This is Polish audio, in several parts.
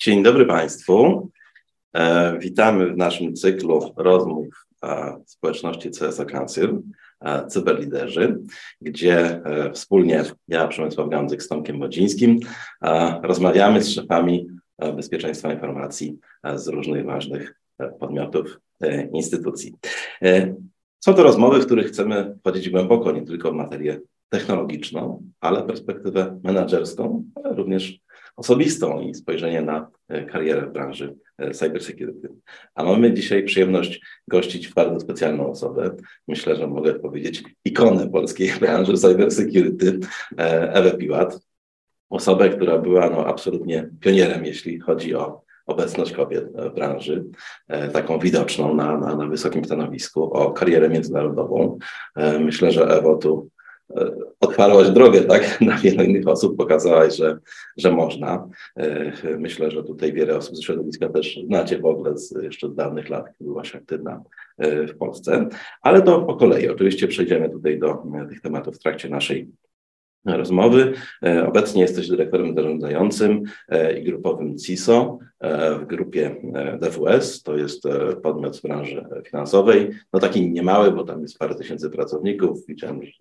Dzień dobry Państwu. Witamy w naszym cyklu rozmów społeczności CSO Council, cyberliderzy, gdzie wspólnie ja, Przemysław Gądzyk z Tomkiem Modzińskim, rozmawiamy z szefami bezpieczeństwa informacji z różnych ważnych podmiotów, instytucji. Są to rozmowy, w których chcemy wchodzić głęboko, nie tylko w materię technologiczną, ale perspektywę menedżerską, ale również osobistą i spojrzenie na karierę w branży cybersecurity. A mamy dzisiaj przyjemność gościć bardzo specjalną osobę, myślę, że mogę powiedzieć ikonę polskiej branży cybersecurity, Ewę Piłat. Osobę, która była absolutnie pionierem, jeśli chodzi o obecność kobiet w branży, taką widoczną na wysokim stanowisku, o karierę międzynarodową. Myślę, że Ewo tu otwarłaś drogę, tak, na wielu innych osób, pokazałaś, że można. Myślę, że tutaj wiele osób z środowiska też znacie w ogóle jeszcze z dawnych lat, kiedy byłaś aktywna w Polsce. Ale to po kolei. Oczywiście przejdziemy tutaj do tych tematów w trakcie naszej rozmowy. Obecnie jesteś dyrektorem zarządzającym i grupowym CISO w grupie DWS. To jest podmiot z branży finansowej. No taki niemały, bo tam jest parę tysięcy pracowników. Widziałem, że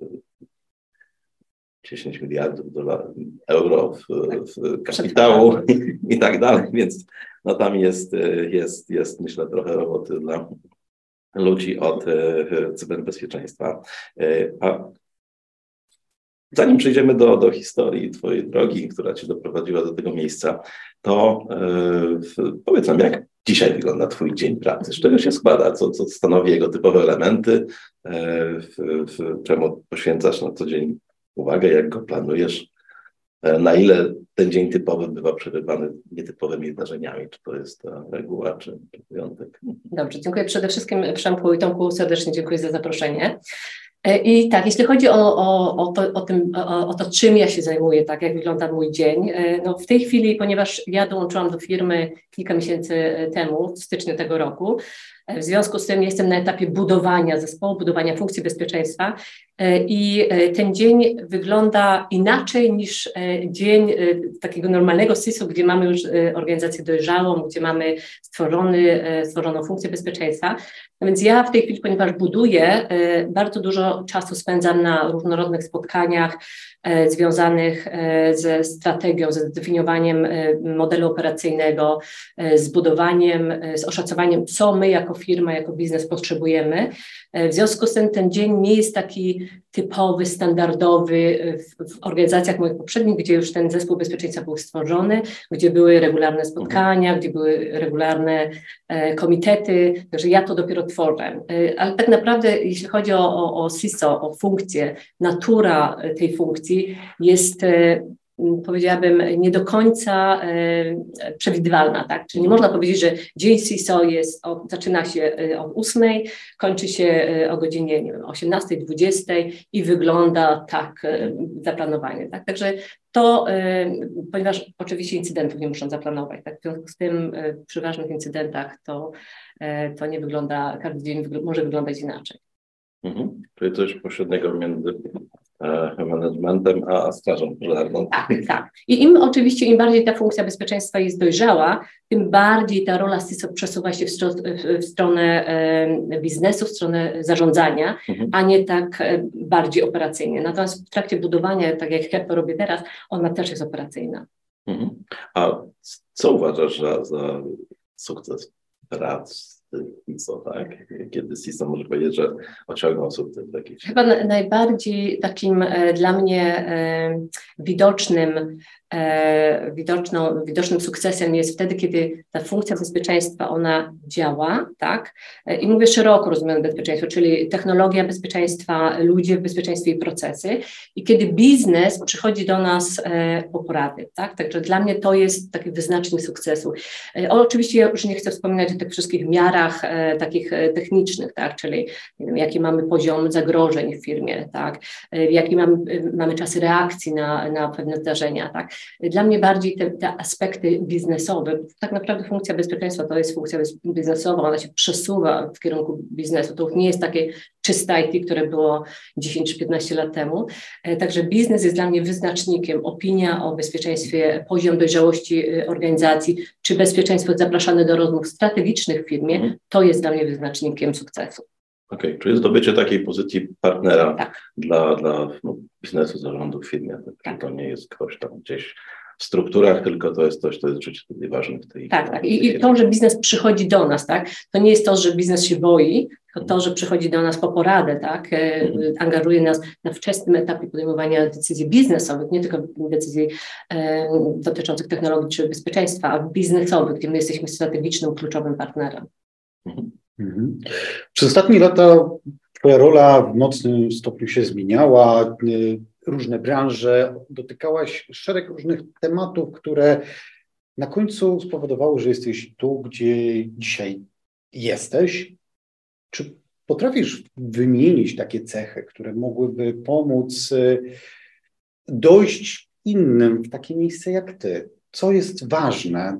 10 miliardów euro w kapitału i tak dalej, więc no tam jest myślę trochę roboty dla ludzi od cyberbezpieczeństwa. A zanim przejdziemy do historii twojej drogi, która cię doprowadziła do tego miejsca, to powiedz nam, jak dzisiaj wygląda twój dzień pracy? Z czego się składa? Co stanowi jego typowe elementy? Czemu poświęcasz na co dzień uwagę? Jak go planujesz? Na ile ten dzień typowy bywa przerywany nietypowymi wydarzeniami? Czy to jest reguła, czy wyjątek? Dobrze, dziękuję przede wszystkim Przemku i Tomku, serdecznie dziękuję za zaproszenie. I tak, jeśli chodzi o to, czym ja się zajmuję, tak, jak wygląda mój dzień, no w tej chwili, ponieważ ja dołączyłam do firmy kilka miesięcy temu, w styczniu tego roku, w związku z tym jestem na etapie budowania zespołu, budowania funkcji bezpieczeństwa i ten dzień wygląda inaczej niż dzień takiego normalnego CISO, gdzie mamy już organizację dojrzałą, gdzie mamy stworzoną funkcję bezpieczeństwa. No więc ja w tej chwili, ponieważ buduję, bardzo dużo czasu spędzam na różnorodnych spotkaniach związanych ze strategią, ze zdefiniowaniem modelu operacyjnego, z budowaniem, z oszacowaniem, co my jako firma, jako biznes potrzebujemy. W związku z tym ten dzień nie jest taki typowy, standardowy w organizacjach moich poprzednich, gdzie już ten zespół bezpieczeństwa był stworzony, gdzie były regularne spotkania, gdzie były regularne komitety, także ja to dopiero tworzę. Ale tak naprawdę, jeśli chodzi o CISO, o funkcję, natura tej funkcji jest, powiedziałabym, nie do końca przewidywalna, tak? Czyli nie można powiedzieć, że dzień CISO zaczyna się o 8, kończy się o godzinie, nie wiem, 18, 20 i wygląda tak zaplanowanie, tak? Także to, ponieważ oczywiście incydentów nie muszą zaplanować, tak? W związku z tym przy ważnych incydentach to nie wygląda, każdy dzień może wyglądać inaczej. Czyli coś pośredniego między managementem a strażą pożarną. Tak. I im bardziej ta funkcja bezpieczeństwa jest dojrzała, tym bardziej ta rola CISO przesuwa się w stronę biznesu, w stronę zarządzania, a nie tak bardziej operacyjnie. Natomiast w trakcie budowania, tak jak ja to robię teraz, ona też jest operacyjna. A co uważasz za sukces prac CISO, tak? Kiedy CISO może powiedzieć, że osiągnął sukces jakiś? Chyba najbardziej takim dla mnie widocznym sukcesem jest wtedy, kiedy ta funkcja bezpieczeństwa, ona działa, tak? I mówię szeroko rozumiane bezpieczeństwo, czyli technologia bezpieczeństwa, ludzie w bezpieczeństwie i procesy. I kiedy biznes przychodzi do nas po porady, tak? Także dla mnie to jest taki wyznacznik sukcesu. Oczywiście ja już nie chcę wspominać o tych wszystkich miarach, cechach takich technicznych, tak, czyli nie wiem, jaki mamy poziom zagrożeń w firmie, tak, jaki mamy czasy reakcji na pewne zdarzenia, tak. Dla mnie bardziej te aspekty biznesowe, tak naprawdę funkcja bezpieczeństwa to jest funkcja biznesowa, ona się przesuwa w kierunku biznesu, to już nie jest takie czyste IT, które było 10 czy 15 lat temu, także biznes jest dla mnie wyznacznikiem, opinia o bezpieczeństwie, poziom dojrzałości organizacji, czy bezpieczeństwo zapraszane do rozmów strategicznych w firmie, to jest dla mnie wyznacznikiem sukcesu. Okej, czyli zdobycie takiej pozycji partnera dla biznesu, zarządu w firmie. Tak. To nie jest ktoś tam gdzieś w strukturach, tylko to jest coś, co jest rzeczywiście ważne w tej. Tak. I to, że biznes przychodzi do nas, tak, to nie jest to, że biznes się boi, tylko to, że przychodzi do nas po poradę, tak, angażuje nas na wczesnym etapie podejmowania decyzji biznesowych, nie tylko decyzji dotyczących technologii czy bezpieczeństwa, a biznesowych, gdzie my jesteśmy strategicznym, kluczowym partnerem. Przez ostatnie lata twoja rola w mocnym stopniu się zmieniała, różne branże, dotykałaś szereg różnych tematów, które na końcu spowodowały, że jesteś tu, gdzie dzisiaj jesteś. Czy potrafisz wymienić takie cechy, które mogłyby pomóc dojść innym w takie miejsce jak ty? Co jest ważne?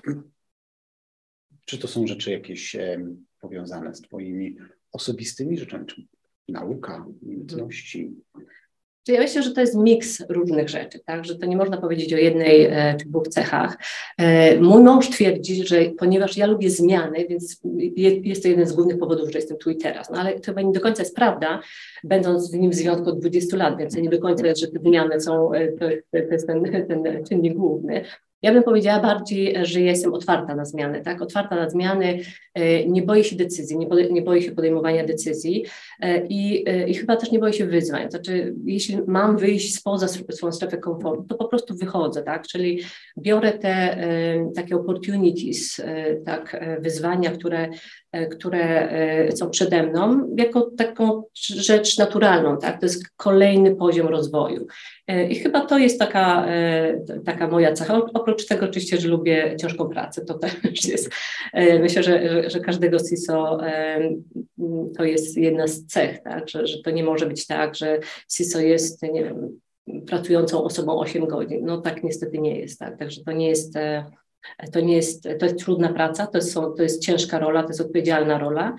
Czy to są rzeczy jakieś powiązane z twoimi osobistymi rzeczami, czy nauka, umiejętności? Ja myślę, że to jest miks różnych rzeczy, tak? Że to nie można powiedzieć o jednej czy dwóch cechach. Mój mąż twierdzi, że ponieważ ja lubię zmiany, więc jest to jeden z głównych powodów, że jestem tu i teraz. No ale to chyba nie do końca jest prawda, będąc z nim w związku od 20 lat, więc nie do końca jest, że te zmiany są, to jest ten czynnik główny. Ja bym powiedziała bardziej, że ja jestem otwarta na zmiany, tak? Otwarta na zmiany, nie boję się decyzji, nie boję się podejmowania decyzji i chyba też nie boję się wyzwań. Znaczy, jeśli mam wyjść spoza swoją strefę komfortu, to po prostu wychodzę, tak? Czyli biorę te takie opportunities, tak, wyzwania, które są przede mną, jako taką rzecz naturalną, tak? To jest kolejny poziom rozwoju. I chyba to jest taka moja cecha. Oprócz tego oczywiście, że lubię ciężką pracę, to też jest, myślę, że każdego CISO to jest jedna z cech, tak? Że to nie może być tak, że CISO jest, nie wiem, pracującą osobą 8 godzin. No tak niestety nie jest, tak? Także to jest trudna praca, to jest ciężka rola, to jest odpowiedzialna rola,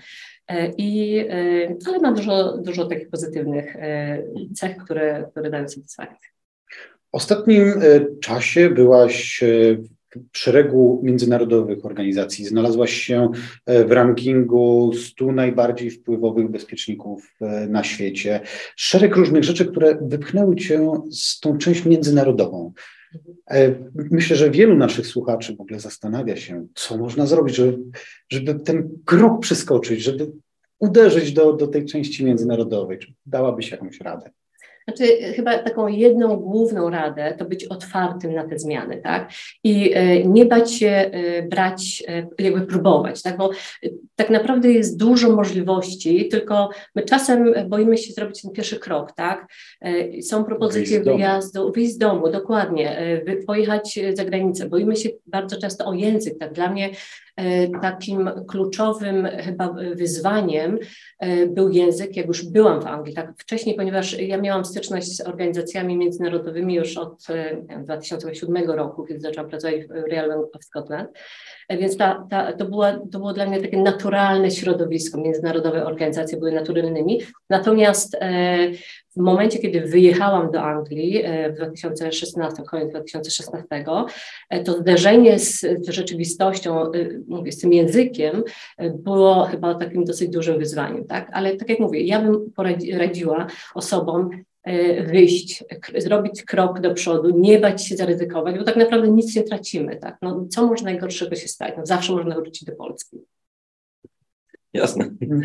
ale ma dużo takich pozytywnych cech, które dają satysfakcję. W ostatnim czasie byłaś w szeregu międzynarodowych organizacji. Znalazłaś się w rankingu 100 najbardziej wpływowych bezpieczników na świecie. Szereg różnych rzeczy, które wypchnęły cię z tą część międzynarodową. Myślę, że wielu naszych słuchaczy w ogóle zastanawia się, co można zrobić, żeby ten krok przeskoczyć, żeby uderzyć do tej części międzynarodowej. Czy dałabyś jakąś radę? Znaczy, chyba taką jedną główną radę to być otwartym na te zmiany, tak? I nie bać się brać, jakby próbować, tak? Bo tak naprawdę jest dużo możliwości, tylko my czasem boimy się zrobić ten pierwszy krok, tak? Są propozycje wyjazdu, wyjść z domu, dokładnie, pojechać za granicę. Boimy się bardzo często o język, tak? Dla mnie takim kluczowym chyba wyzwaniem był język, jak już byłam w Anglii, tak wcześniej, ponieważ ja miałam styczność z organizacjami międzynarodowymi już od 2007 roku, kiedy zaczęłam pracować w Royal Bank of Scotland, więc to było dla mnie takie naturalne środowisko, międzynarodowe organizacje były naturalnymi, natomiast w momencie, kiedy wyjechałam do Anglii w 2016, koniec 2016, to zderzenie z rzeczywistością, mówię, z tym językiem było chyba takim dosyć dużym wyzwaniem, tak? Ale tak jak mówię, ja bym radziła osobom wyjść, zrobić krok do przodu, nie bać się zaryzykować, bo tak naprawdę nic nie tracimy, tak? No, co może najgorszego się stać? No, zawsze można wrócić do Polski. Jasne,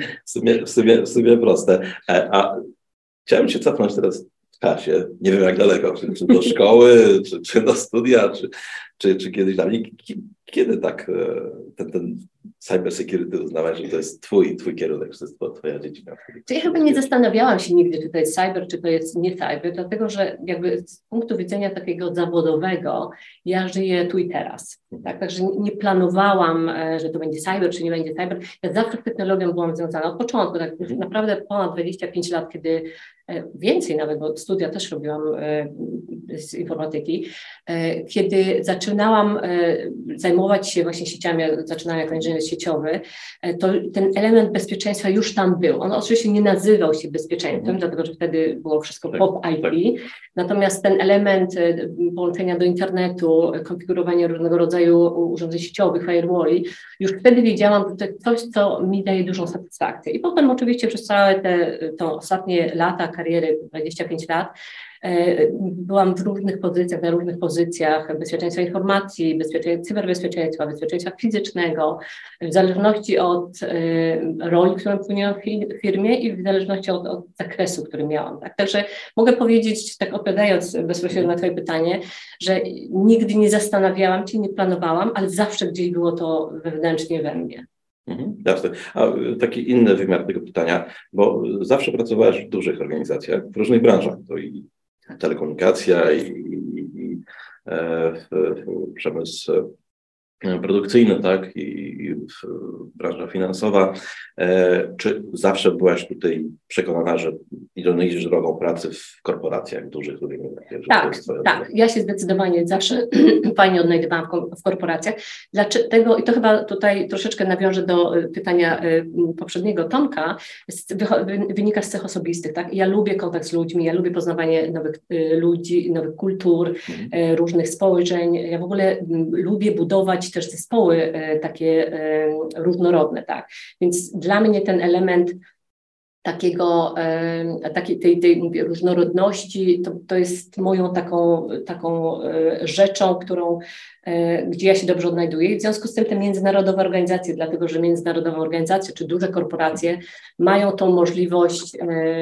w sumie proste. A chciałem się cofnąć teraz w czasie, nie wiem jak daleko, czy do szkoły, czy do studia, czy kiedyś tam. Kiedy tak ten cyber security uznałeś, że to jest twój kierunek, że to jest twoja dziedzina? Ja chyba nie zastanawiałam się nigdy, czy to jest cyber, czy to jest nie cyber, dlatego że jakby z punktu widzenia takiego zawodowego ja żyję tu i teraz. Tak? Także nie planowałam, że to będzie cyber, czy nie będzie cyber. Ja zawsze z technologią byłam związana od początku, tak naprawdę ponad 25 lat, kiedy więcej nawet, bo studia też robiłam z informatyki, kiedy zaczynałam zajmować się właśnie sieciami, zaczynałam jako inżynier sieciowy, to ten element bezpieczeństwa już tam był. On oczywiście nie nazywał się bezpieczeństwem, dlatego że wtedy było wszystko pop IP, natomiast ten element połączenia do internetu, konfigurowania różnego rodzaju urządzeń sieciowych, firewalli, już wtedy wiedziałam, że to jest coś, co mi daje dużą satysfakcję. I potem oczywiście przez całe te ostatnie lata kariery, 25 lat, byłam w różnych pozycjach, na różnych pozycjach bezpieczeństwa informacji, cyberbezpieczeństwa, bezpieczeństwa fizycznego, w zależności od roli, którą pełniłam w firmie i w zależności od zakresu, który miałam. Tak? Także mogę powiedzieć, tak odpowiadając bezpośrednio na twoje pytanie, że nigdy nie zastanawiałam się, nie planowałam, ale zawsze gdzieś było to wewnętrznie we mnie. Jasne. A taki inny wymiar tego pytania, bo zawsze pracowałeś w dużych organizacjach, w różnych branżach, to i telekomunikacja, i przemysł produkcyjny, tak, i branża finansowa. Czy zawsze byłaś tutaj przekonana, że idziesz drogą pracy w korporacjach dużych? Tak. Ja się zdecydowanie zawsze fajnie odnajdywałam w korporacjach. Dlaczego, i to chyba tutaj troszeczkę nawiążę do pytania poprzedniego Tomka, wynika z cech osobistych. Tak? Ja lubię kontakt z ludźmi, ja lubię poznawanie nowych ludzi, nowych kultur, różnych spojrzeń. Ja w ogóle lubię budować też zespoły takie różnorodne, tak. Więc dla mnie ten element tej mówię, różnorodności to jest moją taką rzeczą, gdzie ja się dobrze odnajduję. I w związku z tym te międzynarodowe organizacje, dlatego że międzynarodowe organizacje czy duże korporacje mają tą możliwość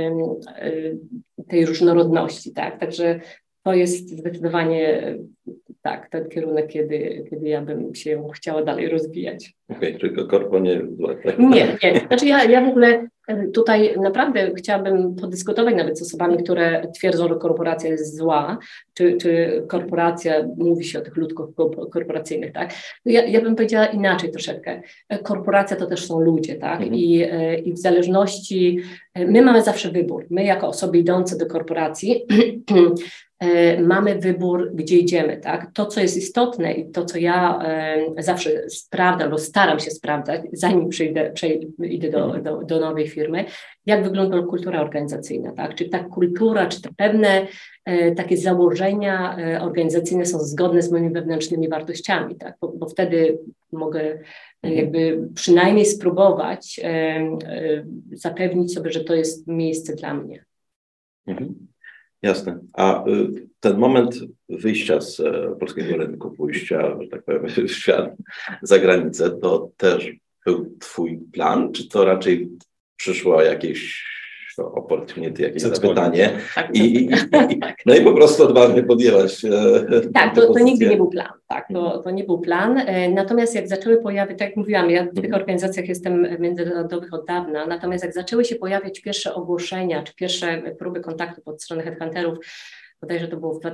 tej różnorodności, tak. Także to jest zdecydowanie tak, ten kierunek, kiedy ja bym się chciała dalej rozwijać. Okej, czyli korpo nie... Tak? Nie. Znaczy ja w ogóle tutaj naprawdę chciałabym podyskutować nawet z osobami, które twierdzą, że korporacja jest zła, czy korporacja, mówi się o tych ludkach korporacyjnych, tak? Ja bym powiedziała inaczej troszeczkę. Korporacja to też są ludzie, tak? I w zależności, my mamy zawsze wybór. My jako osoby idące do korporacji mamy wybór, gdzie idziemy, tak? To, co jest istotne i to, co ja zawsze sprawdzam, bo staram się sprawdzać, zanim idę do nowej firmy, jak wygląda kultura organizacyjna, tak? Czy ta kultura, czy te pewne takie założenia organizacyjne są zgodne z moimi wewnętrznymi wartościami, tak? Bo wtedy mogę jakby przynajmniej spróbować zapewnić sobie, że to jest miejsce dla mnie. Jasne. A ten moment wyjścia z polskiego rynku, pójścia, że tak powiem, w świat, za granicę, to też był twój plan, czy to raczej przyszło jakieś opportunity, jakieś zapytanie no i po prostu odważnie podjęłaś. Tak, to nigdy nie był plan. Tak, to nie był plan. Natomiast jak zaczęły pojawiać, tak jak mówiłam, ja w tych organizacjach jestem międzynarodowych od dawna, natomiast jak zaczęły się pojawiać pierwsze ogłoszenia, czy pierwsze próby kontaktu od strony headhunterów, bodajże to było od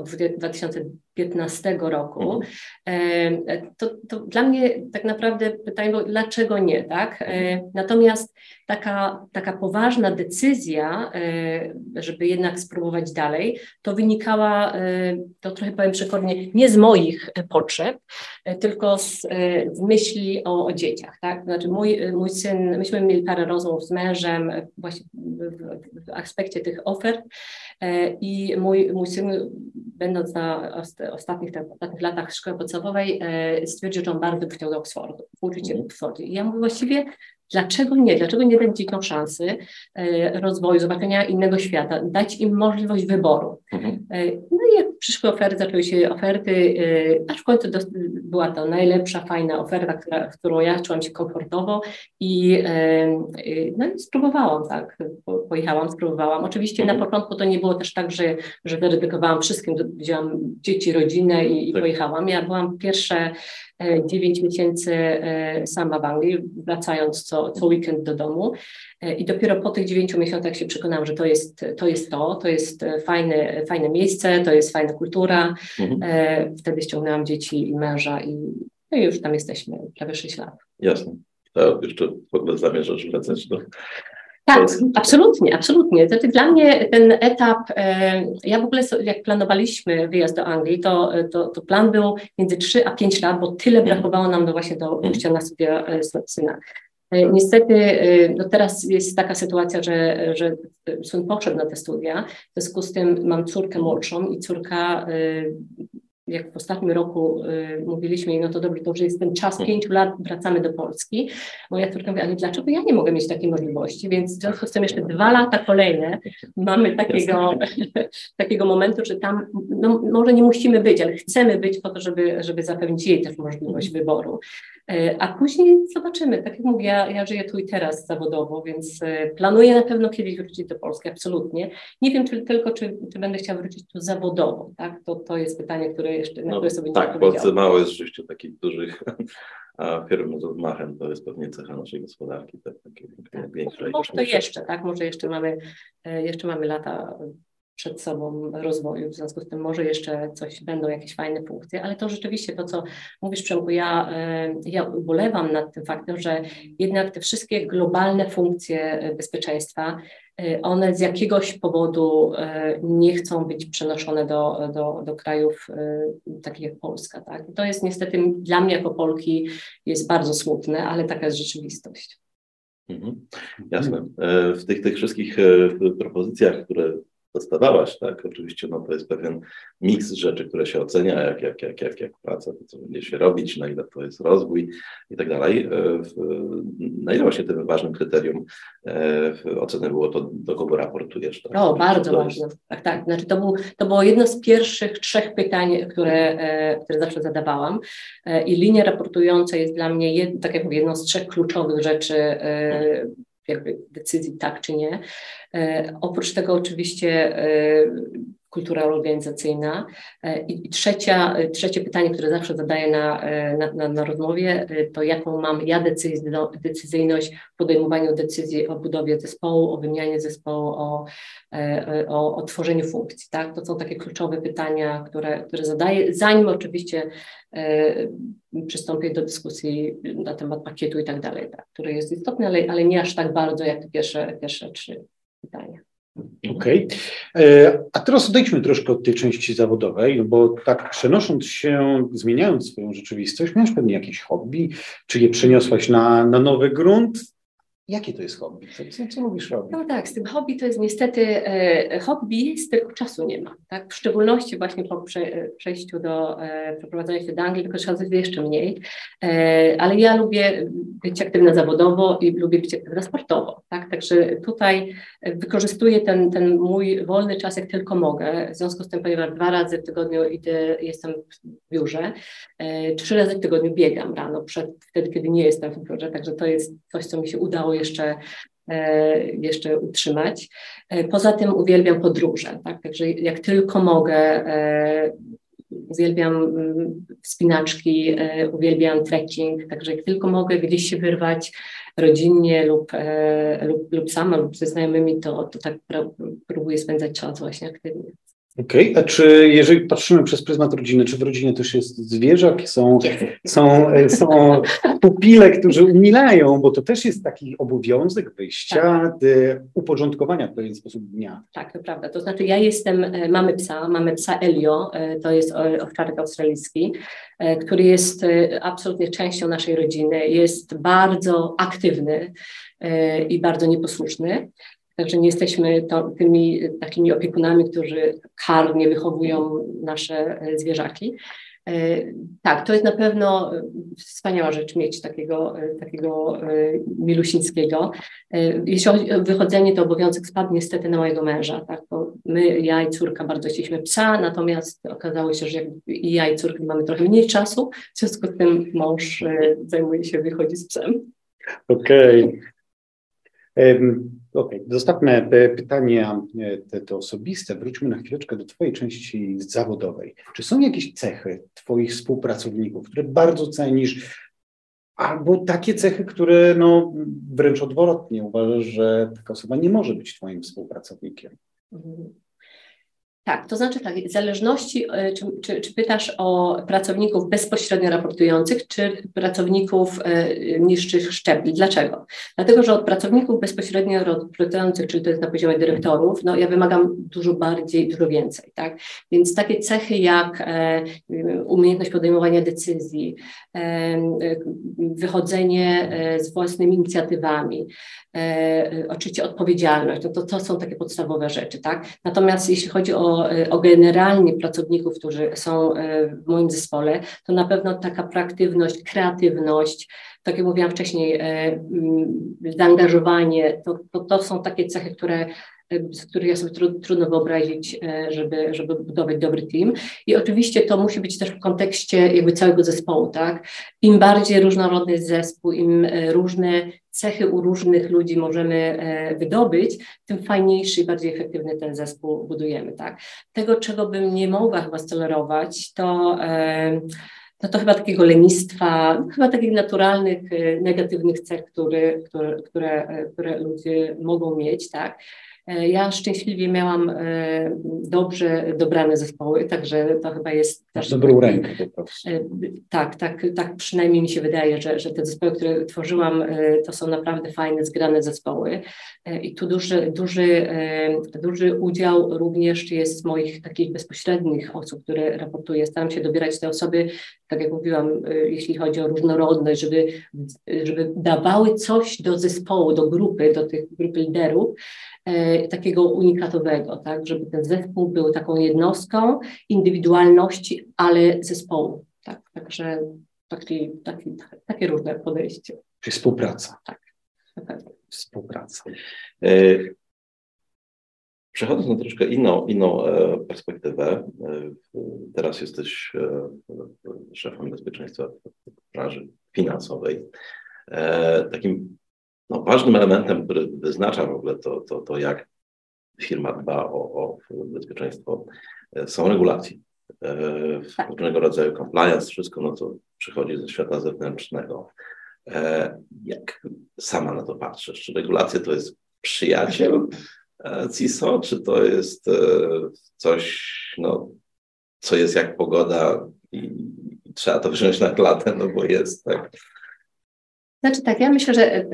2015 roku, to dla mnie tak naprawdę pytanie było, dlaczego nie, tak? Natomiast taka poważna decyzja, żeby jednak spróbować dalej, to wynikała, to trochę powiem przekornie, nie z moich potrzeb, tylko z myśli o dzieciach, tak? Znaczy mój syn, myśmy mieli parę rozmów z mężem właśnie w aspekcie tych ofert i mój syn, będąc na ostatnich latach szkoły podstawowej, stwierdził, że on bardzo by chciał do Oxfordu, uczyć się w Oxfordzie. I ja mówię właściwie, dlaczego nie? Dlaczego nie dać dzieciom szansy rozwoju, zobaczenia innego świata, dać im możliwość wyboru? No i jak przyszły oferty, zaczęły się oferty, aż w końcu była to najlepsza, fajna oferta, w którą ja czułam się komfortowo i spróbowałam, tak, pojechałam, spróbowałam. Oczywiście na początku to nie było też tak, że zaryzykowałam wszystkim, wzięłam dzieci, rodzinę i pojechałam. Ja byłam pierwsze 9 miesięcy sama w Anglii, wracając co weekend do domu. I dopiero po tych 9 miesiącach się przekonałam, że to jest fajne miejsce, to jest fajna kultura. Wtedy ściągnęłam dzieci i męża i już tam jesteśmy prawie 6 lat. Jasne. To jeszcze w ogóle zamierzasz wracać do... Tak, absolutnie, absolutnie. Znaczy, dla mnie ten etap, ja w ogóle jak planowaliśmy wyjazd do Anglii, to plan był między 3 a 5 lat, bo tyle brakowało nam właśnie do pójścia na studia syna. Niestety no teraz jest taka sytuacja, że syn poszedł na te studia, w związku z tym mam córkę młodszą i córka, jak w ostatnim roku mówiliśmy jej, no to dobrze, to już jest ten czas 5 lat, wracamy do Polski. Moja córka mówi, ale dlaczego ja nie mogę mieć takiej możliwości? Więc w związku z tym jeszcze 2 lata kolejne mamy takiego momentu, że tam no, może nie musimy być, ale chcemy być po to, żeby zapewnić jej też możliwość wyboru. A później zobaczymy. Tak jak mówię, ja żyję tu i teraz zawodowo, więc planuję na pewno kiedyś wrócić do Polski, absolutnie. Nie wiem czy będę chciała wrócić tu zawodowo, tak? To jest pytanie, które jeszcze na które sobie nie odpowiedziałam. Tak, w Polsce mało jest rzeczywiście takich dużych firm z rozmachem, to jest pewnie cecha naszej gospodarki. Większej. Może to jeszcze, tak? Może jeszcze mamy lata przed sobą rozwoju, w związku z tym może jeszcze będą jakieś fajne funkcje, ale to rzeczywiście to, co mówisz, Przemku, ja ubolewam nad tym faktem, że jednak te wszystkie globalne funkcje bezpieczeństwa, one z jakiegoś powodu nie chcą być przenoszone do krajów takich jak Polska. Tak? To jest niestety dla mnie jako Polki jest bardzo smutne, ale taka jest rzeczywistość. Jasne. W tych wszystkich propozycjach, które dostawałaś, tak, oczywiście no, to jest pewien miks rzeczy, które się ocenia, jak praca, to co będzie się robić, na ile to jest rozwój i tak dalej. Na ile właśnie tym ważnym kryterium oceny było to, do kogo raportujesz? Tak? O, bardzo ważne. Tak. Znaczy to było jedno z pierwszych 3 pytań, które zawsze zadawałam i linia raportująca jest dla mnie, tak jak mówię, jedną z 3 kluczowych rzeczy, jakby decyzji tak czy nie. Oprócz tego oczywiście kultura organizacyjna. I trzecie pytanie, które zawsze zadaję na rozmowie, to jaką mam ja decyzyjność w podejmowaniu decyzji o budowie zespołu, o wymianie zespołu, o tworzeniu funkcji. Tak? To są takie kluczowe pytania, które zadaję, zanim oczywiście przystąpię do dyskusji na temat pakietu i tak dalej, tak, który jest istotny, ale nie aż tak bardzo jak te pierwsze 3 pytania. Okej. A teraz odejdźmy troszkę od tej części zawodowej, no bo tak przenosząc się, zmieniając swoją rzeczywistość, miałeś pewnie jakieś hobby, czy je przeniosłaś na nowy grunt? Jakie to jest hobby? Co lubisz robić? No tak, z tym hobby to jest niestety hobby, tylko czasu nie ma. Tak? W szczególności właśnie po przejściu do przeprowadzenia się do Anglii, tylko czasu jest jeszcze mniej. Ale ja lubię być aktywna zawodowo i lubię być aktywna sportowo. Tak? Także tutaj wykorzystuję ten mój wolny czas jak tylko mogę. W związku z tym, ponieważ 2 razy w tygodniu jestem w biurze, 3 razy w tygodniu biegam rano, wtedy, kiedy nie jestem w biurze. Także to jest coś, co mi się udało jeszcze utrzymać. Poza tym uwielbiam podróże, tak? Także jak tylko mogę, uwielbiam wspinaczki, uwielbiam trekking, także jak tylko mogę gdzieś się wyrwać rodzinnie lub sama lub ze znajomymi, to tak próbuję spędzać czas właśnie aktywnie. Okej, a czy jeżeli patrzymy przez pryzmat rodziny, czy w rodzinie też jest zwierzak, są pupile, którzy umilają, bo to też jest taki obowiązek wyjścia, uporządkowania w pewien sposób dnia. Tak, to prawda. To znaczy mamy psa Elio, to jest owczarek australijski, który jest absolutnie częścią naszej rodziny, jest bardzo aktywny i bardzo nieposłuszny. Także nie jesteśmy tymi takimi opiekunami, którzy karnie wychowują nasze zwierzaki. Tak, to jest na pewno wspaniała rzecz mieć takiego milusińskiego. Jeśli chodzi o wychodzenie, to obowiązek spadł niestety na mojego męża. Tak? Bo ja i córka bardzo chcieliśmy psa, natomiast okazało się, że i ja i córka mamy trochę mniej czasu, w związku z tym mąż zajmuje się, wychodzi z psem. Okej. Okej, zostawmy pytania te osobiste. Wróćmy na chwileczkę do twojej części zawodowej. Czy są jakieś cechy twoich współpracowników, które bardzo cenisz, albo takie cechy, które no, wręcz odwrotnie uważasz, że taka osoba nie może być twoim współpracownikiem? Tak, to znaczy tak, w zależności, czy pytasz o pracowników bezpośrednio raportujących, czy pracowników niższych szczebli. Dlaczego? Dlatego, że od pracowników bezpośrednio raportujących, czyli to jest na poziomie dyrektorów, no ja wymagam dużo bardziej, dużo więcej, tak? Więc takie cechy jak umiejętność podejmowania decyzji, wychodzenie z własnymi inicjatywami, oczywiście odpowiedzialność, to są takie podstawowe rzeczy, tak? Natomiast jeśli chodzi o generalnie pracowników, którzy są w moim zespole, to na pewno taka proaktywność, kreatywność, tak jak mówiłam wcześniej, zaangażowanie, to są takie cechy, z których ja sobie trudno wyobrazić, żeby budować dobry team. I oczywiście to musi być też w kontekście jakby całego zespołu, tak? Im bardziej różnorodny jest zespół, im różne cechy u różnych ludzi możemy wydobyć, tym fajniejszy i bardziej efektywny ten zespół budujemy, tak? Tego, czego bym nie mogła chyba stolerować, to chyba takiego lenistwa, chyba takich naturalnych, negatywnych cech, które ludzie mogą mieć, tak? Ja szczęśliwie miałam dobrze dobrane zespoły, także to chyba jest też dobrą rękę po prostu. Tak przynajmniej mi się wydaje, że te zespoły, które tworzyłam, to są naprawdę fajne, zgrane zespoły. I tu duży udział również jest moich takich bezpośrednich osób, które raportuję. Staram się dobierać te osoby, tak jak mówiłam, jeśli chodzi o różnorodność, żeby dawały coś do zespołu, do grupy, do tych grup liderów, takiego unikatowego, tak, żeby ten zespół był taką jednostką indywidualności, ale zespołu. Tak, także takie różne podejście. Czyli współpraca. Tak, na pewno. Współpraca. Przechodząc na troszkę inną perspektywę, teraz jesteś szefem bezpieczeństwa w branży finansowej. Takim ważnym elementem, który wyznacza w ogóle to jak firma dba o bezpieczeństwo, są regulacje. Różnego rodzaju compliance, wszystko, co przychodzi ze świata zewnętrznego. Jak sama na to patrzysz? Czy regulacje to jest przyjaciel CISO, czy to jest coś, co jest jak pogoda i trzeba to wziąć na klatę, bo jest, tak? Znaczy tak, ja myślę, że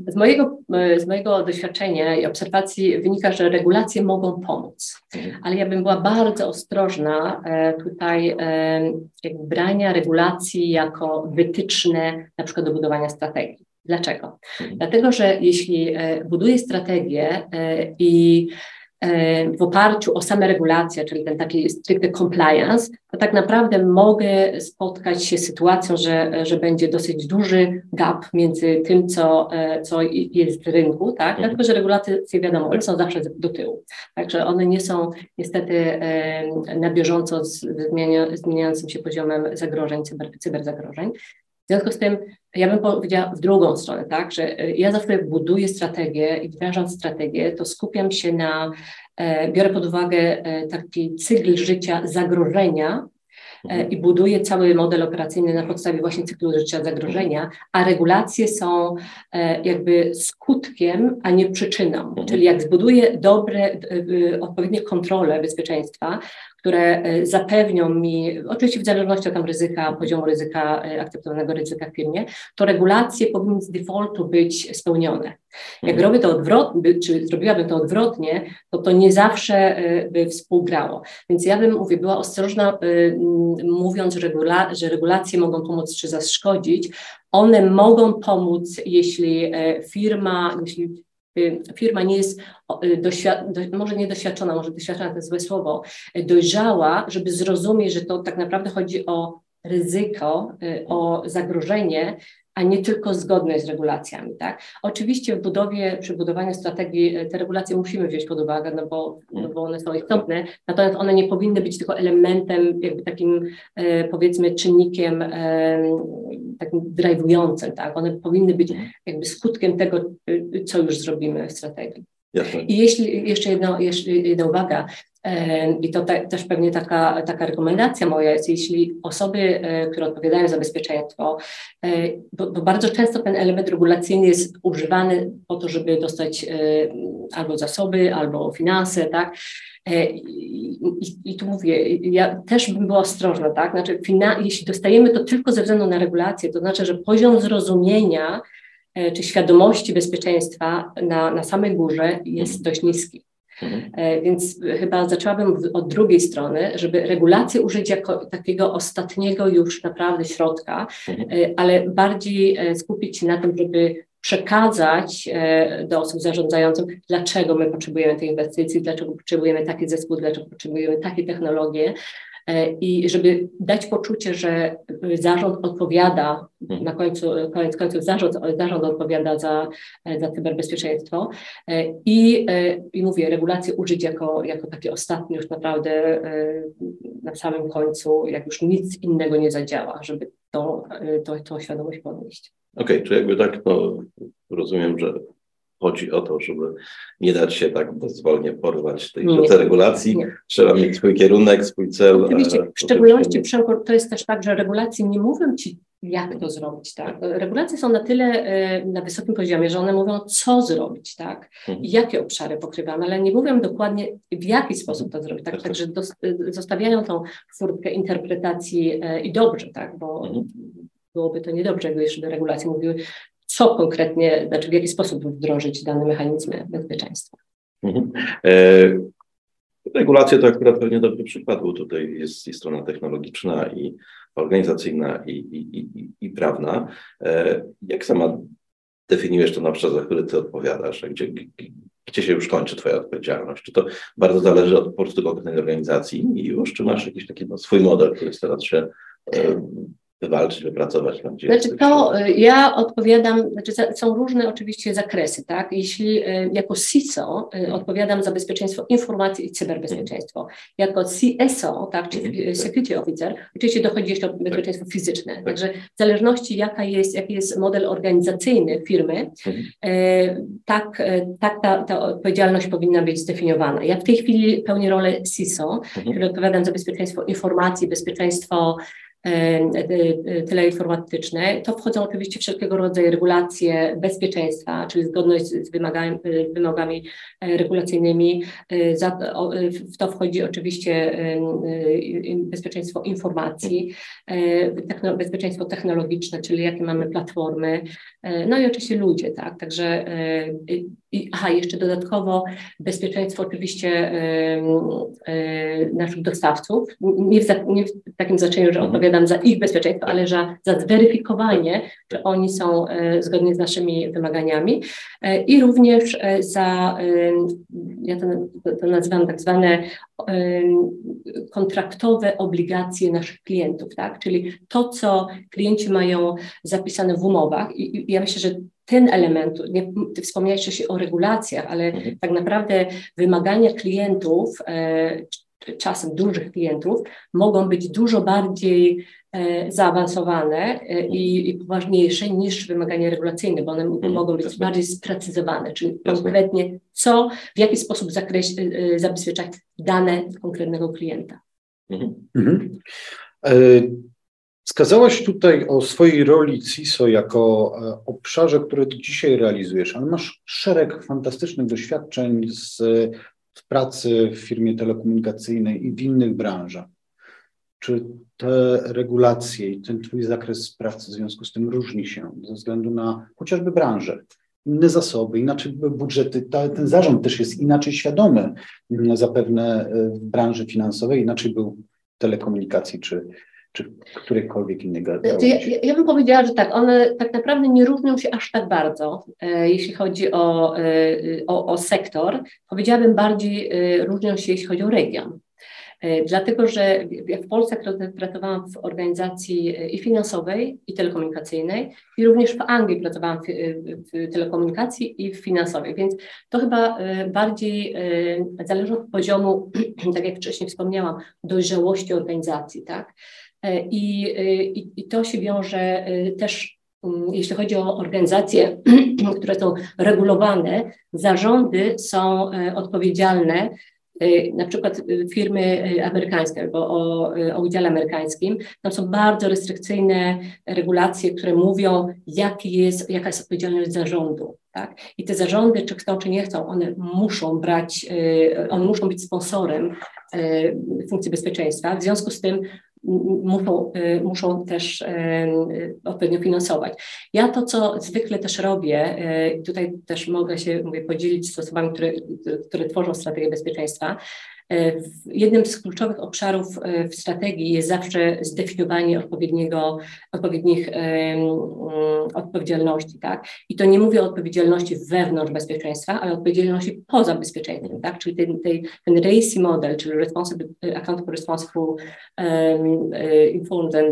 z mojego doświadczenia i obserwacji wynika, że regulacje mogą pomóc, ale ja bym była bardzo ostrożna tutaj brania regulacji jako wytyczne na przykład do budowania strategii. Dlaczego? Dlatego, że jeśli buduję strategię i w oparciu o same regulacje, czyli ten taki stricte compliance, to tak naprawdę mogę spotkać się z sytuacją, że będzie dosyć duży gap między tym, co jest w rynku, tak? Dlatego, że regulacje, wiadomo, one są zawsze do tyłu. Także one nie są niestety na bieżąco z zmieniającym się poziomem zagrożeń, cyberzagrożeń. W związku z tym ja bym powiedziała w drugą stronę, tak, że ja zawsze buduję strategię i wdrażam strategię, to skupiam się biorę pod uwagę taki cykl życia zagrożenia i buduję cały model operacyjny na podstawie właśnie cyklu życia zagrożenia, a regulacje są jakby skutkiem, a nie przyczyną. Czyli jak zbuduję odpowiednie kontrole bezpieczeństwa, które zapewnią mi, oczywiście w zależności od poziomu ryzyka, akceptowanego ryzyka w firmie, to regulacje powinny z defaultu być spełnione. Jak robię to odwrotnie, czy zrobiłabym to odwrotnie, to nie zawsze by współgrało. Więc ja bym, była ostrożna, mówiąc, że regulacje mogą pomóc czy zaszkodzić. One mogą pomóc, jeśli firma nie jest, może niedoświadczona, może doświadczona to jest złe słowo, dojrzała, żeby zrozumieć, że to tak naprawdę chodzi o ryzyko, o zagrożenie, a nie tylko zgodność z regulacjami, tak? Oczywiście przy budowaniu strategii te regulacje musimy wziąć pod uwagę, no bo one są istotne, natomiast one nie powinny być tylko elementem, jakby takim powiedzmy czynnikiem takim drive'ującym, tak? One powinny być jakby skutkiem tego, co już zrobimy w strategii. Jasne. I jeśli jeszcze jedna uwaga, i to też pewnie taka rekomendacja moja jest, jeśli osoby, które odpowiadają za bezpieczeństwo, bo bardzo często ten element regulacyjny jest używany po to, żeby dostać albo zasoby, albo finanse, tak? I tu mówię, ja też bym była ostrożna, tak? Znaczy, jeśli dostajemy to tylko ze względu na regulację, to znaczy, że poziom zrozumienia czy świadomości bezpieczeństwa na samej górze jest dość niski. Więc chyba zaczęłabym od drugiej strony, żeby regulację użyć jako takiego ostatniego już naprawdę środka, ale bardziej skupić się na tym, żeby przekazać do osób zarządzających, dlaczego my potrzebujemy tej inwestycji, dlaczego potrzebujemy taki zespół, dlaczego potrzebujemy takie technologie, i żeby dać poczucie, że zarząd odpowiada, koniec końców zarząd odpowiada za cyberbezpieczeństwo i mówię, regulację użyć jako taki ostatni już naprawdę na samym końcu, jak już nic innego nie zadziała, żeby tą świadomość podnieść. Okej, czy jakby tak, no rozumiem, że chodzi o to, żeby nie dać się tak dozwolnie porwać tej regulacji. Nie. Trzeba mieć swój kierunek, swój cel. Oczywiście, w szczególności to jest też tak, że regulacje nie mówią ci, jak to zrobić, tak? Regulacje są na tyle na wysokim poziomie, że one mówią, co zrobić, tak? I jakie obszary pokrywamy, ale nie mówią dokładnie, w jaki sposób to zrobić, tak? Także zostawiają tą furtkę interpretacji i dobrze, tak? Bo byłoby to niedobrze, gdyby jeszcze regulacje mówiły, co konkretnie, znaczy w jaki sposób wdrożyć dane mechanizmy bezpieczeństwa. Regulacje to akurat pewnie dobry przykład, bo tutaj jest i strona technologiczna, i organizacyjna, i prawna. Jak sama definiujesz ten obszar, za który ty odpowiadasz? Gdzie się już kończy twoja odpowiedzialność? Czy to bardzo zależy od po prostu konkretnej organizacji i już, czy masz jakiś taki swój model, który starasz się wywalczyć, wypracować? Znaczy to ja odpowiadam, są różne oczywiście zakresy, tak? Jeśli jako CISO odpowiadam za bezpieczeństwo informacji i cyberbezpieczeństwo, jako CSO, tak, czyli Security Officer, oczywiście dochodzi jeszcze do bezpieczeństwo fizyczne. Także w zależności jaki jest model organizacyjny firmy, tak ta odpowiedzialność powinna być zdefiniowana. Ja w tej chwili pełnię rolę CISO, czyli odpowiadam za bezpieczeństwo informacji, bezpieczeństwo teleinformatyczne. To wchodzą oczywiście wszelkiego rodzaju regulacje bezpieczeństwa, czyli zgodność z wymogami regulacyjnymi. W to wchodzi oczywiście bezpieczeństwo informacji, bezpieczeństwo technologiczne, czyli jakie mamy platformy, no i oczywiście ludzie, tak. Także jeszcze dodatkowo bezpieczeństwo oczywiście naszych dostawców, nie w takim znaczeniu, że odpowiadam za ich bezpieczeństwo, ale za zweryfikowanie, że oni są zgodnie z naszymi wymaganiami i również ja to nazywam tak zwane kontraktowe obligacje naszych klientów, tak? Czyli to, co klienci mają zapisane w umowach i ja myślę, że ten element, ty wspomniałeś się o regulacjach, ale tak naprawdę wymagania klientów, czasem dużych klientów, mogą być dużo bardziej zaawansowane i poważniejsze niż wymagania regulacyjne, bo one mogą być bardziej sprecyzowane, czyli konkretnie w jaki sposób zabezpieczać dane konkretnego klienta. Wskazałaś tutaj o swojej roli CISO jako obszarze, który dzisiaj realizujesz, ale masz szereg fantastycznych doświadczeń z pracy w firmie telekomunikacyjnej i w innych branżach. Czy te regulacje i ten twój zakres pracy w związku z tym różni się ze względu na chociażby branżę? Inne zasoby, inaczej budżety, ten zarząd też jest inaczej świadomy zapewne w branży finansowej, inaczej był w telekomunikacji czy którejkolwiek innej gałęzi. Ja bym powiedziała, że tak, one tak naprawdę nie różnią się aż tak bardzo, jeśli chodzi o sektor. Powiedziałabym bardziej różnią się, jeśli chodzi o region. Dlatego, że ja w Polsce pracowałam w organizacji i finansowej, i telekomunikacyjnej, i również w Anglii pracowałam w telekomunikacji i w finansowej, więc to chyba bardziej zależy od poziomu, tak jak wcześniej wspomniałam, dojrzałości organizacji, tak? I to się wiąże też, jeśli chodzi o organizacje, które są regulowane, zarządy są odpowiedzialne, na przykład firmy amerykańskie albo o udziale amerykańskim, tam są bardzo restrykcyjne regulacje, które mówią, jaka jest odpowiedzialność zarządu. Tak? I te zarządy, czy chcą, czy nie chcą, one muszą być sponsorem funkcji bezpieczeństwa, w związku z tym muszą też odpowiednio finansować. Ja to, co zwykle też robię, tutaj też mogę się podzielić z osobami, które tworzą strategię bezpieczeństwa. Jednym z kluczowych obszarów w strategii jest zawsze zdefiniowanie odpowiednich odpowiedzialności, tak? I to nie mówię o odpowiedzialności wewnątrz bezpieczeństwa, ale odpowiedzialności poza bezpieczeństwem, tak? Czyli ten RACI model, czyli Accountable, Responsible, Informed and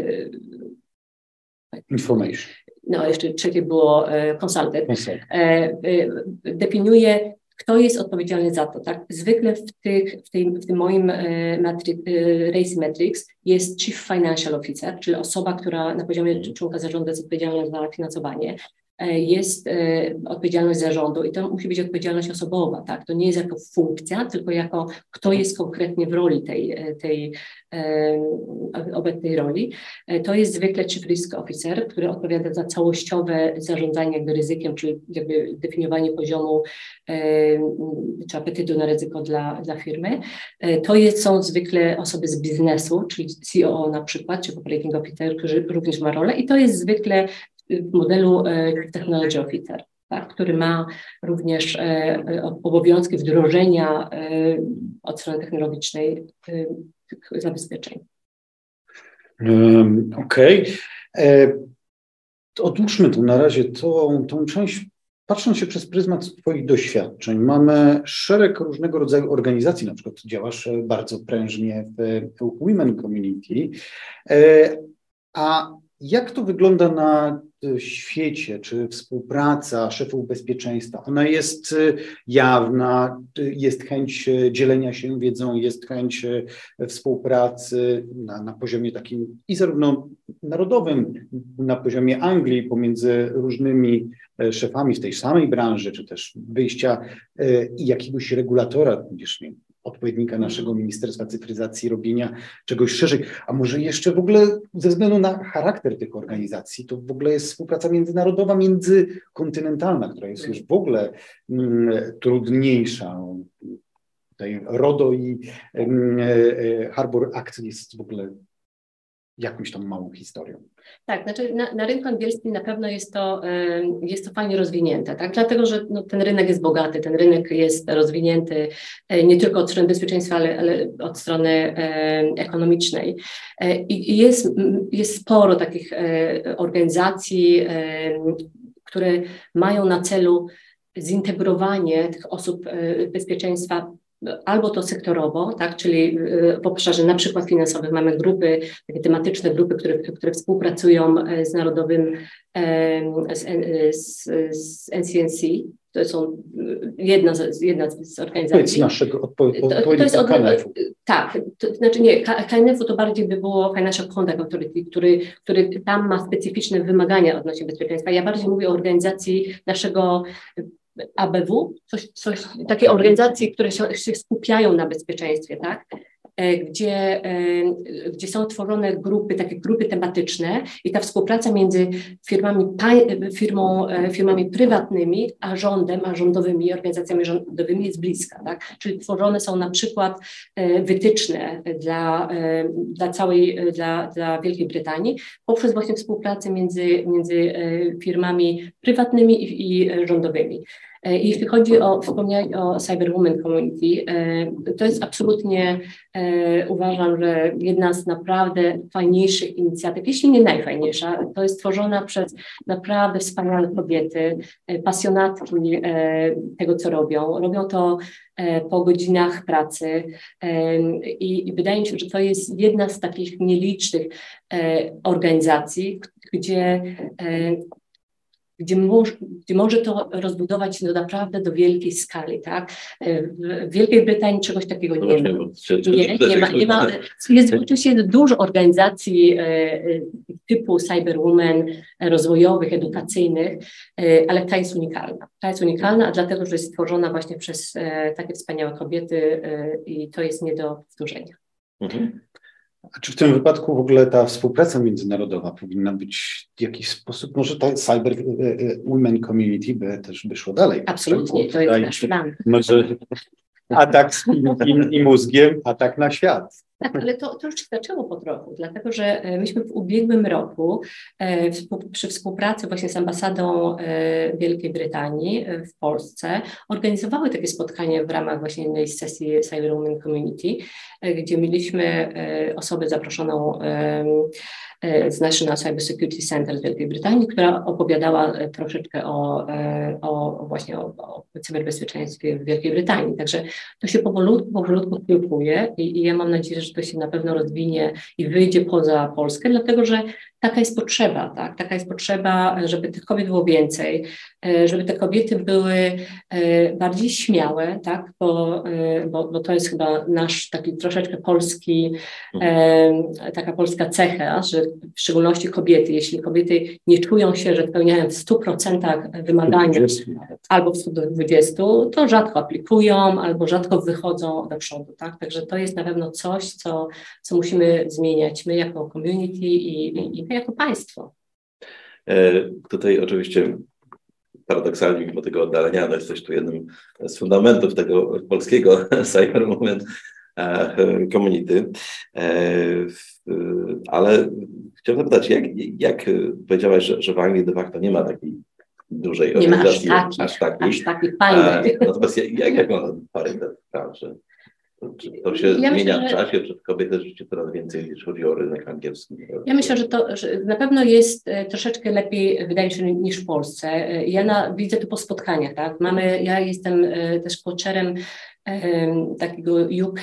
Information. No, jeszcze trzecie było consulted. Definiuje, kto jest odpowiedzialny za to, tak? Zwykle w tym moim RACI Metrics jest Chief Financial Officer, czyli osoba, która na poziomie członka zarządu jest odpowiedzialna za finansowanie. Jest odpowiedzialność zarządu i to musi być odpowiedzialność osobowa, tak? To nie jest jako funkcja, tylko jako kto jest konkretnie w roli tej obecnej roli. To jest zwykle Chief Risk Officer, który odpowiada za całościowe zarządzanie jakby ryzykiem, czyli jakby definiowanie poziomu czy apetytu na ryzyko dla firmy. Są zwykle osoby z biznesu, czyli CEO na przykład, czy Operating Officer, który również ma rolę i to jest zwykle w modelu Technology Officer, tak, który ma również obowiązki wdrożenia od strony technologicznej tych zabezpieczeń. Okej. Odłóżmy tu na razie tą część, patrząc się przez pryzmat Twoich doświadczeń. Mamy szereg różnego rodzaju organizacji, na przykład działasz bardzo prężnie w Women Community, a jak to wygląda na świecie, czy współpraca szefów bezpieczeństwa? Ona jest jawna, jest chęć dzielenia się wiedzą, jest chęć współpracy na poziomie takim i zarówno narodowym, na poziomie Anglii pomiędzy różnymi szefami w tej samej branży, czy też wyjścia i jakiegoś regulatora, tudzież odpowiednika naszego Ministerstwa Cyfryzacji, robienia czegoś szerzej, a może jeszcze w ogóle ze względu na charakter tych organizacji, to w ogóle jest współpraca międzynarodowa, międzykontynentalna, która jest już w ogóle trudniejsza. Tutaj RODO i Harbor Act jest w ogóle jakąś tam małą historią. Tak, znaczy na rynku angielskim na pewno jest to fajnie rozwinięte, tak? Dlatego, że ten rynek jest bogaty, ten rynek jest rozwinięty nie tylko od strony bezpieczeństwa, ale od strony ekonomicznej. I jest sporo takich organizacji, które mają na celu zintegrowanie tych osób bezpieczeństwa albo to sektorowo, tak, czyli w obszarze na przykład finansowych mamy grupy, takie tematyczne grupy, które współpracują z narodowym, z NCNC. To są jedna z organizacji. To jest naszego odpowiednika KNF-u. Tak, to znaczy nie, KNF-u to bardziej by było Financial Conduct Authority, który tam ma specyficzne wymagania odnośnie bezpieczeństwa. Ja bardziej mówię o organizacji naszego ABW, takie organizacje, które się skupiają na bezpieczeństwie, tak? Gdzie są tworzone grupy, takie grupy tematyczne i ta współpraca między firmami prywatnymi a rządem, a rządowymi organizacjami rządowymi jest bliska, tak? Czyli tworzone są na przykład wytyczne dla Wielkiej Brytanii poprzez właśnie współpracę między firmami prywatnymi i rządowymi. Jeśli chodzi wspomniałeś o Cyberwoman Community, to jest absolutnie, uważam, że jedna z naprawdę fajniejszych inicjatyw, jeśli nie najfajniejsza. To jest tworzona przez naprawdę wspaniałe kobiety, pasjonatki tego, co robią. Robią to po godzinach pracy i wydaje mi się, że to jest jedna z takich nielicznych organizacji, gdzie może to rozbudować się naprawdę do wielkiej skali, tak? W Wielkiej Brytanii czegoś takiego nie ma. Nie ma. Jest oczywiście dużo organizacji typu Cyberwoman, rozwojowych, edukacyjnych, ale ta jest unikalna. Ta jest unikalna, a dlatego, że jest stworzona właśnie przez takie wspaniałe kobiety i to jest nie do powtórzenia. Mhm. A czy w tym wypadku w ogóle ta współpraca międzynarodowa powinna być w jakiś sposób, może ta Cyber Women Community by szło dalej? Absolutnie, to jest nasz plan. Może atak z i mózgiem, atak na świat. Tak, ale to już się zaczęło po trochu, dlatego że myśmy w ubiegłym roku przy współpracy właśnie z ambasadą Wielkiej Brytanii w Polsce organizowały takie spotkanie w ramach właśnie jednej z sesji Cyber Women Community, gdzie mieliśmy osobę zaproszoną z National Cyber Security Center z Wielkiej Brytanii, która opowiadała troszeczkę właśnie o cyberbezpieczeństwie w Wielkiej Brytanii. Także to się powolutku kiełkuje i ja mam nadzieję, że to się na pewno rozwinie i wyjdzie poza Polskę, dlatego że taka jest potrzeba, tak? Taka jest potrzeba, żeby tych kobiet było więcej, żeby te kobiety były bardziej śmiałe, tak? Bo to jest chyba nasz taki troszeczkę polski, taka polska cecha, że w szczególności kobiety, jeśli kobiety nie czują się, że spełniają w 100% wymagania, albo w 120%, to rzadko aplikują, albo rzadko wychodzą do przodu, tak? Także to jest na pewno coś, co musimy zmieniać my jako community i jako państwo. Tutaj oczywiście paradoksalnie, mimo tego oddalenia, jesteś tu jednym z fundamentów tego polskiego Cyber Women Community. Ale chciałem zapytać, jak powiedziałaś, że w Anglii de facto nie ma takiej dużej organizacji, aż takich fajnych. Natomiast jak ona parytet w branży? Czy to się zmienia w czasie, czy kobiety rzeczywiście coraz więcej, jeśli chodzi o rynek angielski? Ja myślę, że na pewno jest troszeczkę lepiej, wydaje mi się, niż w Polsce. Ja widzę to po spotkaniach, tak? Ja jestem też coacherem takiego UK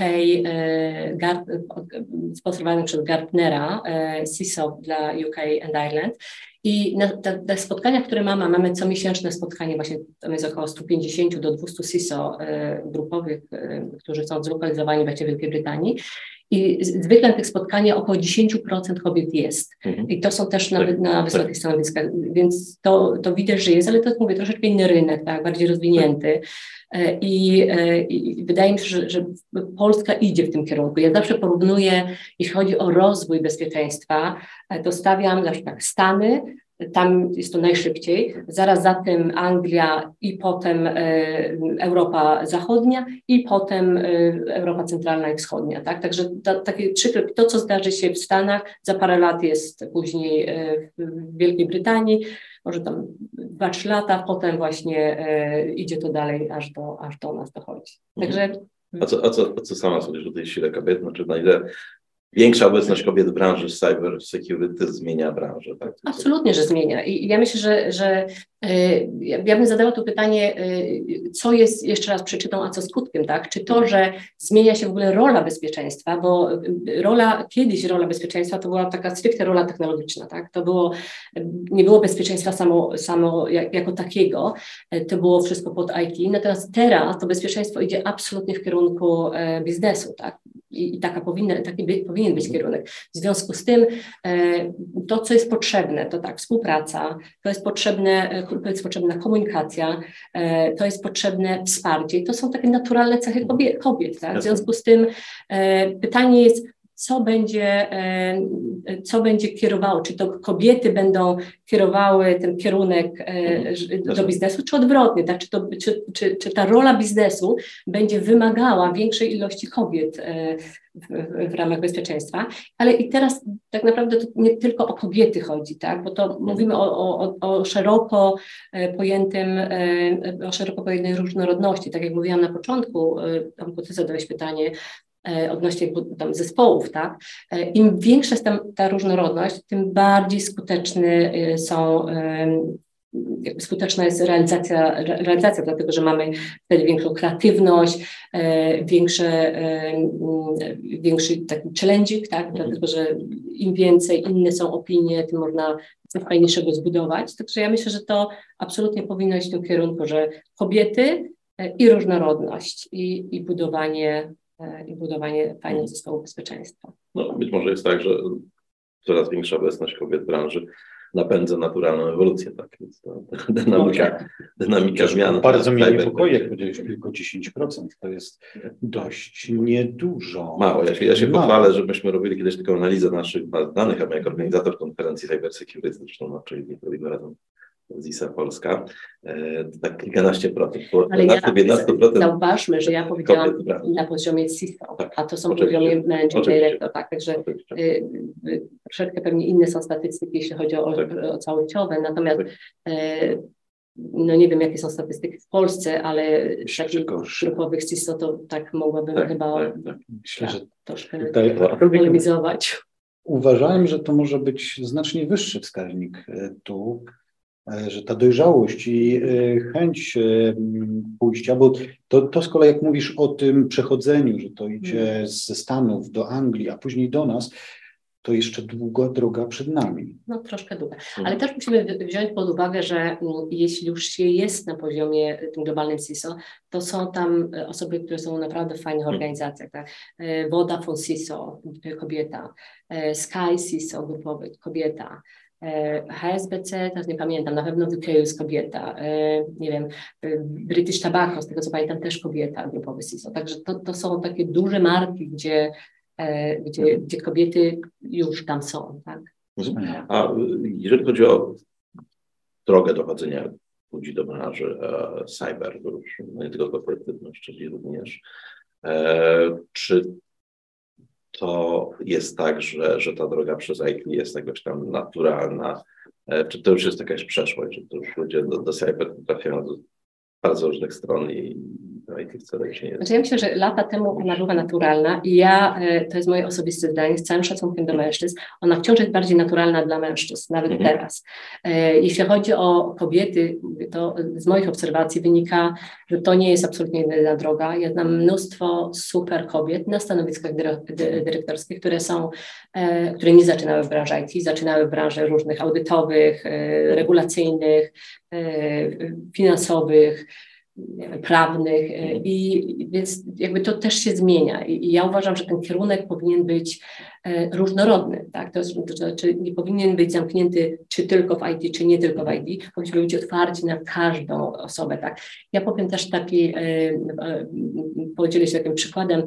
sponsorowanego przez Gartnera, CISO dla UK and Ireland. I na te spotkania, które mamy comiesięczne spotkanie, właśnie tam jest około 150 do 200 CISO grupowych, którzy są zlokalizowani właśnie w Wielkiej Brytanii. I zwykle na tych spotkaniach około 10% kobiet jest. I to są też nawet na wysokich stanowiskach, więc to widać, że jest, ale to jest, mówię, troszeczkę inny rynek, tak, bardziej rozwinięty. I wydaje mi się, że Polska idzie w tym kierunku. Ja zawsze porównuję, jeśli chodzi o rozwój bezpieczeństwa, to stawiam zawsze tak Stany, tam jest to najszybciej, zaraz za tym Anglia i potem Europa Zachodnia i potem Europa Centralna i Wschodnia. Tak? Także takie trzy kroki, to co zdarzy się w Stanach, za parę lat jest później w Wielkiej Brytanii, może tam 2-3 lata, potem właśnie idzie to dalej, aż do nas dochodzi. Także... A co sama sądzisz o tej sile kobiet? Znaczy, na ile większa obecność kobiet w branży cyber security zmienia branżę? Tak? Absolutnie, że zmienia. I ja myślę, że ja bym zadała to pytanie, co jest jeszcze raz przyczyną, a co skutkiem, tak? Czy to, że zmienia się w ogóle rola bezpieczeństwa, bo kiedyś rola bezpieczeństwa to była taka stricte rola technologiczna, tak? Nie było bezpieczeństwa samo jako takiego, to było wszystko pod IT, natomiast teraz to bezpieczeństwo idzie absolutnie w kierunku biznesu, tak? I taki powinien być kierunek. W związku z tym to, co jest potrzebne, to tak, współpraca, to jest potrzebna komunikacja, to jest potrzebne wsparcie. I to są takie naturalne cechy kobiet. Tak? W związku z tym pytanie jest, co będzie kierowało, czy to kobiety będą kierowały ten kierunek do biznesu, czy odwrotnie, tak? Czy ta rola biznesu będzie wymagała większej ilości kobiet w ramach bezpieczeństwa, ale i teraz tak naprawdę to nie tylko o kobiety chodzi, tak? Bo to mówimy o szeroko pojętej różnorodności. Tak jak mówiłam na początku, tam ty zadałeś pytanie odnośnie tam zespołów, tak? Im większa jest ta różnorodność, tym bardziej skuteczna jest realizacja, dlatego że mamy wtedy większą kreatywność, większy taki challenge'ik, tak? Dlatego że im więcej inne są opinie, tym można coś fajniejszego zbudować. Także ja myślę, że to absolutnie powinno iść w tym kierunku, że kobiety i różnorodność i budowanie fajnych zespołów bezpieczeństwa. No, być może jest tak, że coraz większa obecność kobiet w branży napędza naturalną ewolucję, tak? Więc ta dynamika zmian. Bardzo mnie niepokoi, jak powiedzieliśmy, tylko 10%. To jest dość niedużo. Mało. Ja się pochwalę, że myśmy robili kiedyś taką analizę naszych baz danych, a my jako organizator konferencji Cyber Security, zresztą czyli robimy razem z ISA Polska, tak kilkanaście procent. Ale 15%. Zauważmy, że ja powiedziałam na poziomie CISO, tak, a to są poziomie Managing Director, tak, także troszeczkę pewnie inne są statystyki, jeśli chodzi o całościowe, natomiast no nie wiem, jakie są statystyki w Polsce, ale takich grupowych CISO to tak mogłabym chyba myślę, że troszkę polemizować. Uważałem, że to może być znacznie wyższy wskaźnik tu, że ta dojrzałość i chęć pójścia, bo to z kolei jak mówisz o tym przechodzeniu, że to idzie ze Stanów do Anglii, a później do nas, to jeszcze długa droga przed nami. No troszkę długa, ale też musimy wziąć pod uwagę, że jeśli już się jest na poziomie tym globalnym CISO, to są tam osoby, które są naprawdę w fajnych organizacjach, tak? Vodafone CISO, kobieta, Sky CISO grupowy, kobieta, HSBC, teraz nie pamiętam, na pewno w UK jest kobieta, nie wiem, British Tobacco, z tego co pamiętam, też kobieta, grupowy CISO. Także to są takie duże marki, gdzie kobiety już tam są, tak? A jeżeli chodzi o drogę dochodzenia ludzi do branży cyber, nie tylko korporatywność, czyli również, czy to jest tak, że ta droga przez IT jest jakoś tam naturalna, czy to już jest jakaś przeszłość, że to już ludzie do cyber trafiają z bardzo różnych stron i IT wcale się nie... Znaczy ja myślę, że lata temu ona była naturalna i to jest moje osobiste zdanie, z całym szacunkiem do mężczyzn, ona wciąż jest bardziej naturalna dla mężczyzn, nawet teraz. Jeśli chodzi o kobiety, to z moich obserwacji wynika, że to nie jest absolutnie jedyna droga. Ja znam mnóstwo super kobiet na stanowiskach dyrektorskich, które nie zaczynały w branży IT, zaczynały w branży różnych audytowych, regulacyjnych, finansowych, prawnych i więc jakby to też się zmienia i ja uważam, że ten kierunek powinien być różnorodny, tak? To znaczy nie powinien być zamknięty czy tylko w IT, czy nie tylko w IT, powinniśmy być otwarci na każdą osobę, tak? Ja powiem też podzielę się takim przykładem,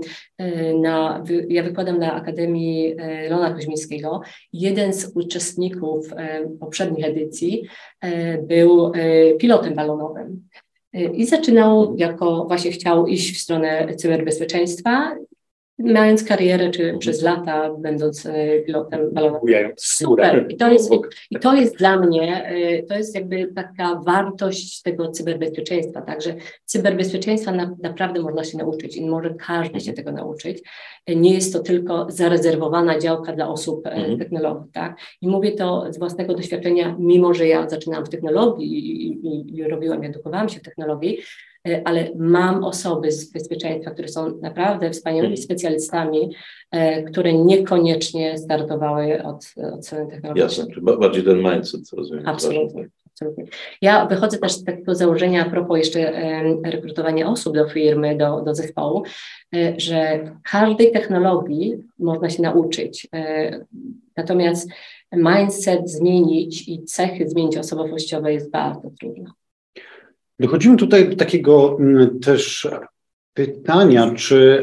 ja wykładam na Akademii Leona Koźmińskiego. Jeden z uczestników poprzednich edycji był pilotem balonowym. I zaczynał właśnie chciał iść w stronę cyberbezpieczeństwa, mając karierę, czy przez lata, będąc pilotem balonowym. Super. I to jest dla mnie, to jest jakby taka wartość tego cyberbezpieczeństwa, także cyberbezpieczeństwa naprawdę można się nauczyć i może każdy się tego nauczyć. Nie jest to tylko zarezerwowana działka dla osób technologii, tak? I mówię to z własnego doświadczenia, mimo że ja zaczynałam w technologii i edukowałam się w technologii, ale mam osoby z bezpieczeństwa, które są naprawdę wspaniałymi specjalistami, które niekoniecznie startowały od strony technologicznej. Jasne, bardziej ten mindset, co rozumiem. Absolutnie. Ja wychodzę też z takiego założenia, a propos jeszcze rekrutowania osób do firmy, do zespołu, że każdej technologii można się nauczyć. Natomiast mindset zmienić i cechy zmienić osobowościowe jest bardzo trudno. Dochodzimy tutaj do takiego też pytania, czy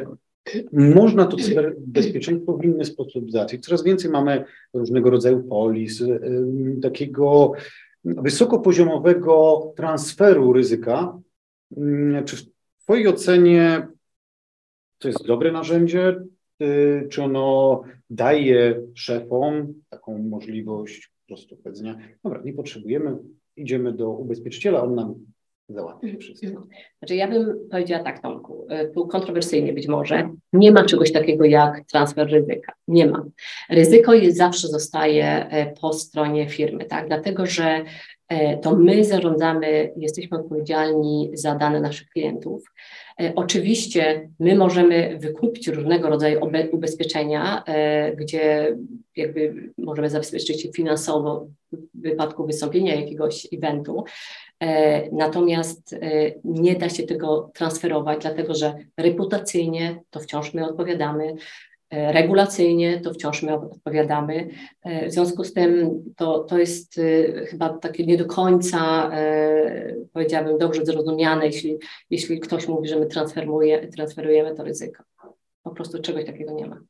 Można to cyberbezpieczeństwo w inny sposób załatwić. Coraz więcej mamy różnego rodzaju polis, takiego wysokopoziomowego transferu ryzyka. Czy w Twojej ocenie to jest dobre narzędzie? Czy ono daje szefom taką możliwość po prostu powiedzenia, dobra, nie potrzebujemy, idziemy do ubezpieczyciela, on nam załatwi wszystko. Znaczy ja bym powiedziała tak, Tomku, tu kontrowersyjnie być może, nie ma czegoś takiego jak transfer ryzyka, nie ma. Ryzyko zawsze zostaje po stronie firmy, tak, dlatego że to my zarządzamy, jesteśmy odpowiedzialni za dane naszych klientów. Oczywiście my możemy wykupić różnego rodzaju ubezpieczenia, gdzie jakby możemy zabezpieczyć się finansowo w wypadku wystąpienia jakiegoś eventu, natomiast nie da się tego transferować, dlatego że reputacyjnie to wciąż my odpowiadamy, regulacyjnie to wciąż my odpowiadamy. W związku z tym to jest chyba takie nie do końca, powiedziałabym, dobrze zrozumiane, jeśli ktoś mówi, że my transferujemy to ryzyko. Po prostu czegoś takiego nie ma.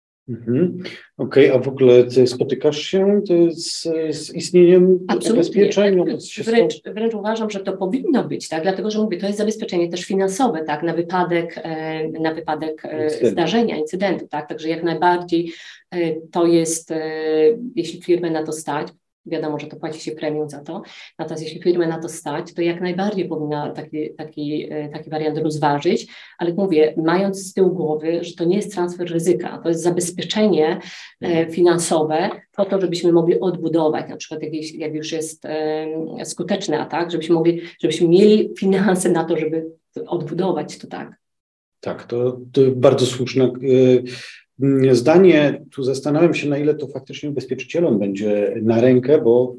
Okej, a w ogóle ty spotykasz się z istnieniem ubezpieczeń? Wręcz uważam, że to powinno być, tak? Dlatego że mówię, to jest zabezpieczenie też finansowe, tak? Na wypadek zdarzenia, incydentu, tak? Także jak najbardziej to jest, jeśli firmę na to stać, wiadomo, że to płaci się premium za to, natomiast jeśli firmę na to stać, to jak najbardziej powinna taki wariant rozważyć, ale mówię, mając z tyłu głowy, że to nie jest transfer ryzyka, to jest zabezpieczenie finansowe po to, żebyśmy mogli odbudować, na przykład jak już jest skuteczny atak, żebyśmy mieli finanse na to, żeby odbudować to, tak. Tak, to bardzo słuszne zdanie. Tu zastanawiam się, na ile to faktycznie ubezpieczycielom będzie na rękę, bo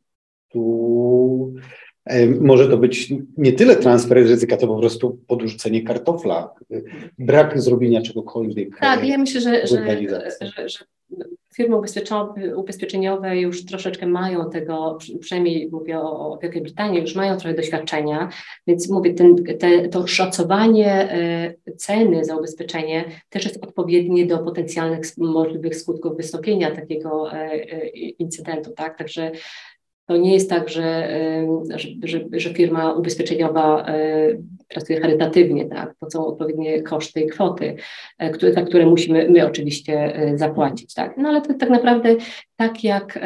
tu może to być nie tyle transfer ryzyka, to po prostu podrzucenie kartofla, brak zrobienia czegokolwiek. Tak, ja myślę, że firmy ubezpieczeniowe już troszeczkę mają tego, przynajmniej mówię o Wielkiej Brytanii, już mają trochę doświadczenia, więc mówię, to szacowanie ceny za ubezpieczenie też jest odpowiednie do potencjalnych możliwych skutków wystąpienia takiego incydentu, tak, także to nie jest tak, że firma ubezpieczeniowa pracuje charytatywnie, tak? To są odpowiednie koszty i kwoty, za które musimy my oczywiście zapłacić, tak? No ale to tak naprawdę tak jak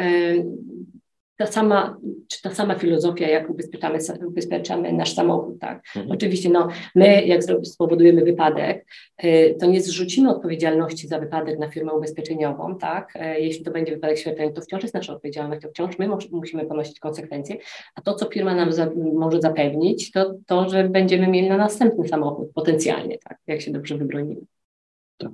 ta sama filozofia, jak ubezpieczamy nasz samochód, tak? Oczywiście, my jak spowodujemy wypadek, to nie zrzucimy odpowiedzialności za wypadek na firmę ubezpieczeniową, tak? Jeśli to będzie wypadek śmiertelny, to wciąż jest nasza odpowiedzialność, to wciąż my musimy ponosić konsekwencje, a to, co firma nam może zapewnić, to, że będziemy mieli na następny samochód potencjalnie, tak? Jak się dobrze wybronimy. Tak.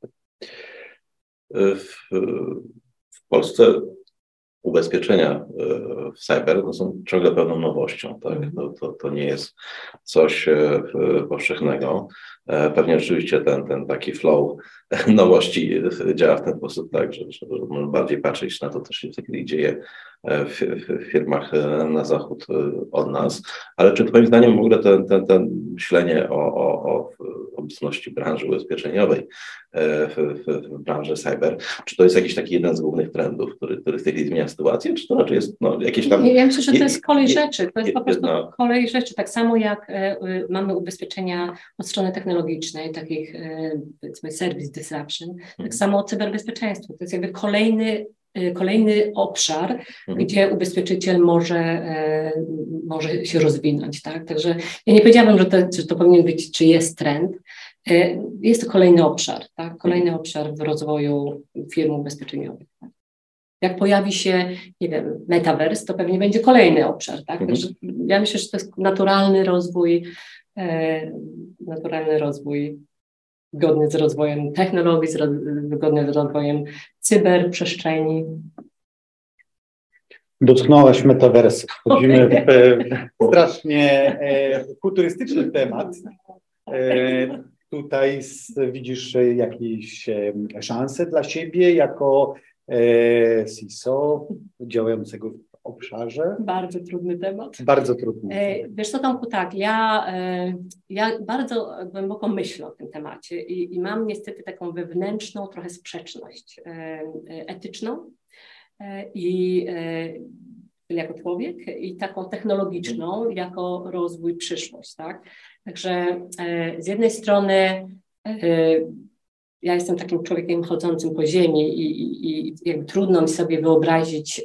W Polsce ubezpieczenia w cyber są ciągle pełną nowością. Tak? To nie jest coś powszechnego. Pewnie oczywiście ten taki flow nowości działa w ten sposób, tak, że można bardziej patrzeć na to, co się w tej chwili dzieje w firmach na zachód od nas. Ale czy twoim zdaniem w ogóle ten myślenie o obecności branży ubezpieczeniowej w branży cyber, czy to jest jakiś taki jeden z głównych trendów, który w tej chwili zmienia sytuację, czy to raczej jest jakieś tam... Ja myślę, że to jest kolej rzeczy. To jest po prostu kolej rzeczy. Tak samo jak mamy ubezpieczenia od strony technologicznej, takich powiedzmy service disruption, tak samo cyberbezpieczeństwo. To jest jakby kolejny obszar, gdzie ubezpieczyciel może się rozwinąć. Tak? Także ja nie powiedziałabym, że to powinien być, czy jest trend. Jest to kolejny obszar, tak? Kolejny obszar w rozwoju firm ubezpieczeniowych. Tak? Jak pojawi się, nie wiem, metaverse, to pewnie będzie kolejny obszar. Tak? Także ja myślę, że to jest naturalny rozwój zgodny z rozwojem technologii, zgodny z rozwojem cyberprzestrzeni. Dotknąłaś metaverse. Wchodzimy w strasznie futurystyczny temat. Tutaj widzisz jakieś szanse dla siebie jako CISO działającego obszarze. Bardzo trudny temat. Bardzo trudny. Wiesz co, Tomku, tak, ja bardzo głęboko myślę o tym temacie i mam niestety taką wewnętrzną trochę sprzeczność etyczną i jako człowiek i taką technologiczną jako rozwój, przyszłość, tak? Także z jednej strony ja jestem takim człowiekiem chodzącym po ziemi i jakby trudno mi sobie wyobrazić,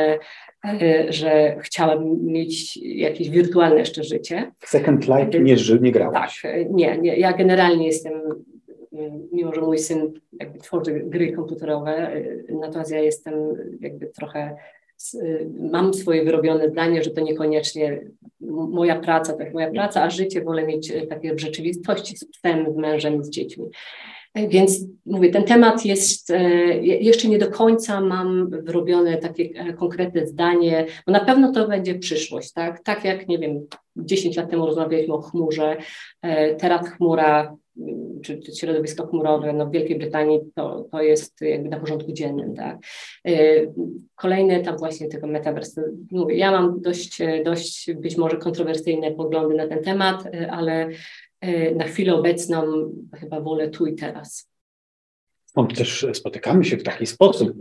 że chciałabym mieć jakieś wirtualne jeszcze życie. Second Life nie grałeś. Tak, nie. Ja generalnie jestem, mimo że mój syn jakby tworzy gry komputerowe, natomiast ja jestem jakby trochę, mam swoje wyrobione zdanie, że to niekoniecznie moja praca, tak moja praca, a życie wolę mieć takie w rzeczywistości z psem, z mężem, z dziećmi. Więc mówię, ten temat jest, jeszcze nie do końca mam wyrobione takie konkretne zdanie, bo na pewno to będzie przyszłość, tak? Tak jak, nie wiem, 10 lat temu rozmawialiśmy o chmurze, teraz chmura, czy środowisko chmurowe, no w Wielkiej Brytanii to jest jakby na porządku dziennym, tak? Kolejny etap właśnie tego metaversu. Mówię, ja mam dość być może kontrowersyjne poglądy na ten temat, ale na chwilę obecną chyba wolę tu i teraz. Stąd też spotykamy się w taki sposób.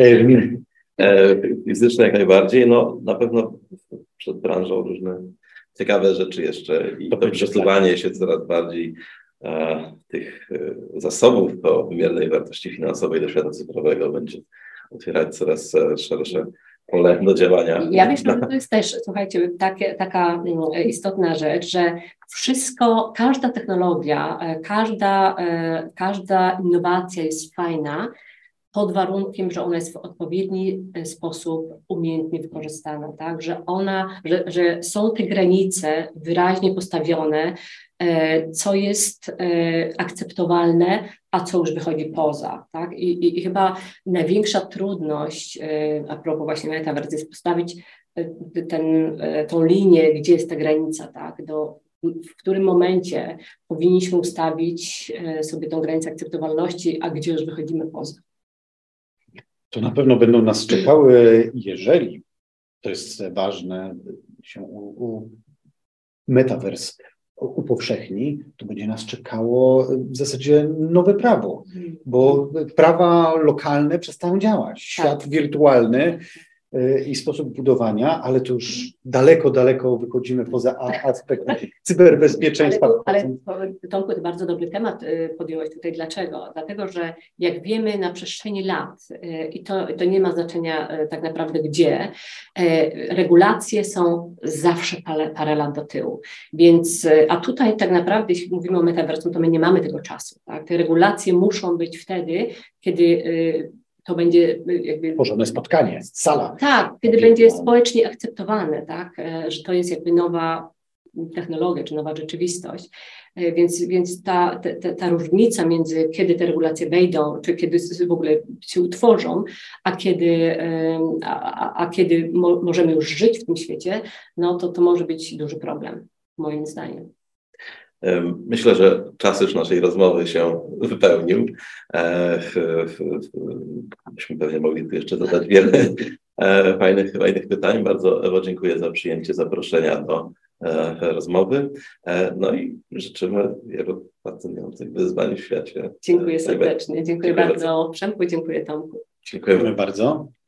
Fizycznie jak najbardziej. No na pewno przed branżą różne ciekawe rzeczy jeszcze i to przesuwanie się coraz bardziej tych zasobów do wymiernej wartości finansowej do świata cyfrowego będzie otwierać coraz szersze pole do działania. Ja myślę, że to jest też, słuchajcie, taka istotna rzecz, że wszystko, każda technologia, każda innowacja jest fajna pod warunkiem, że ona jest w odpowiedni sposób umiejętnie wykorzystana, tak? Że są te granice wyraźnie postawione, co jest akceptowalne, a co już wychodzi poza, tak? I chyba największa trudność, a propos właśnie metaverse, jest postawić tą linię, gdzie jest ta granica, tak? W którym momencie powinniśmy ustawić sobie tą granicę akceptowalności, a gdzie już wychodzimy poza. To na pewno będą nas czekały, jeżeli to jest ważne, się metaverse upowszechni, to będzie nas czekało w zasadzie nowe prawo, bo prawa lokalne przestaną działać. Świat wirtualny i sposób budowania, ale to już daleko wychodzimy poza aspekt cyberbezpieczeństwa. Ale Tomku, to bardzo dobry temat podjąłeś tutaj. Dlaczego? Dlatego, że jak wiemy na przestrzeni lat, i to nie ma znaczenia tak naprawdę gdzie, regulacje są zawsze parę lat do tyłu. Więc, a tutaj tak naprawdę, jeśli mówimy o metaversum, to my nie mamy tego czasu. Tak? Te regulacje muszą być wtedy, kiedy to będzie jakby... Tworzone spotkanie, sala. Tak, kiedy będzie społecznie akceptowane, tak, że to jest jakby nowa technologia, czy nowa rzeczywistość. Więc ta różnica między kiedy te regulacje wejdą, czy kiedy w ogóle się utworzą, a kiedy możemy już żyć w tym świecie, no to może być duży problem, moim zdaniem. Myślę, że czas już naszej rozmowy się wypełnił. Byśmy pewnie mogli tu jeszcze zadać wiele fajnych pytań. Bardzo, Ewo, dziękuję za przyjęcie zaproszenia do rozmowy. No i życzymy wielu fascynujących wyzwań w świecie. Dziękuję serdecznie. Dziękuję bardzo, Przemku, dziękuję Tomku. Dziękujemy bardzo.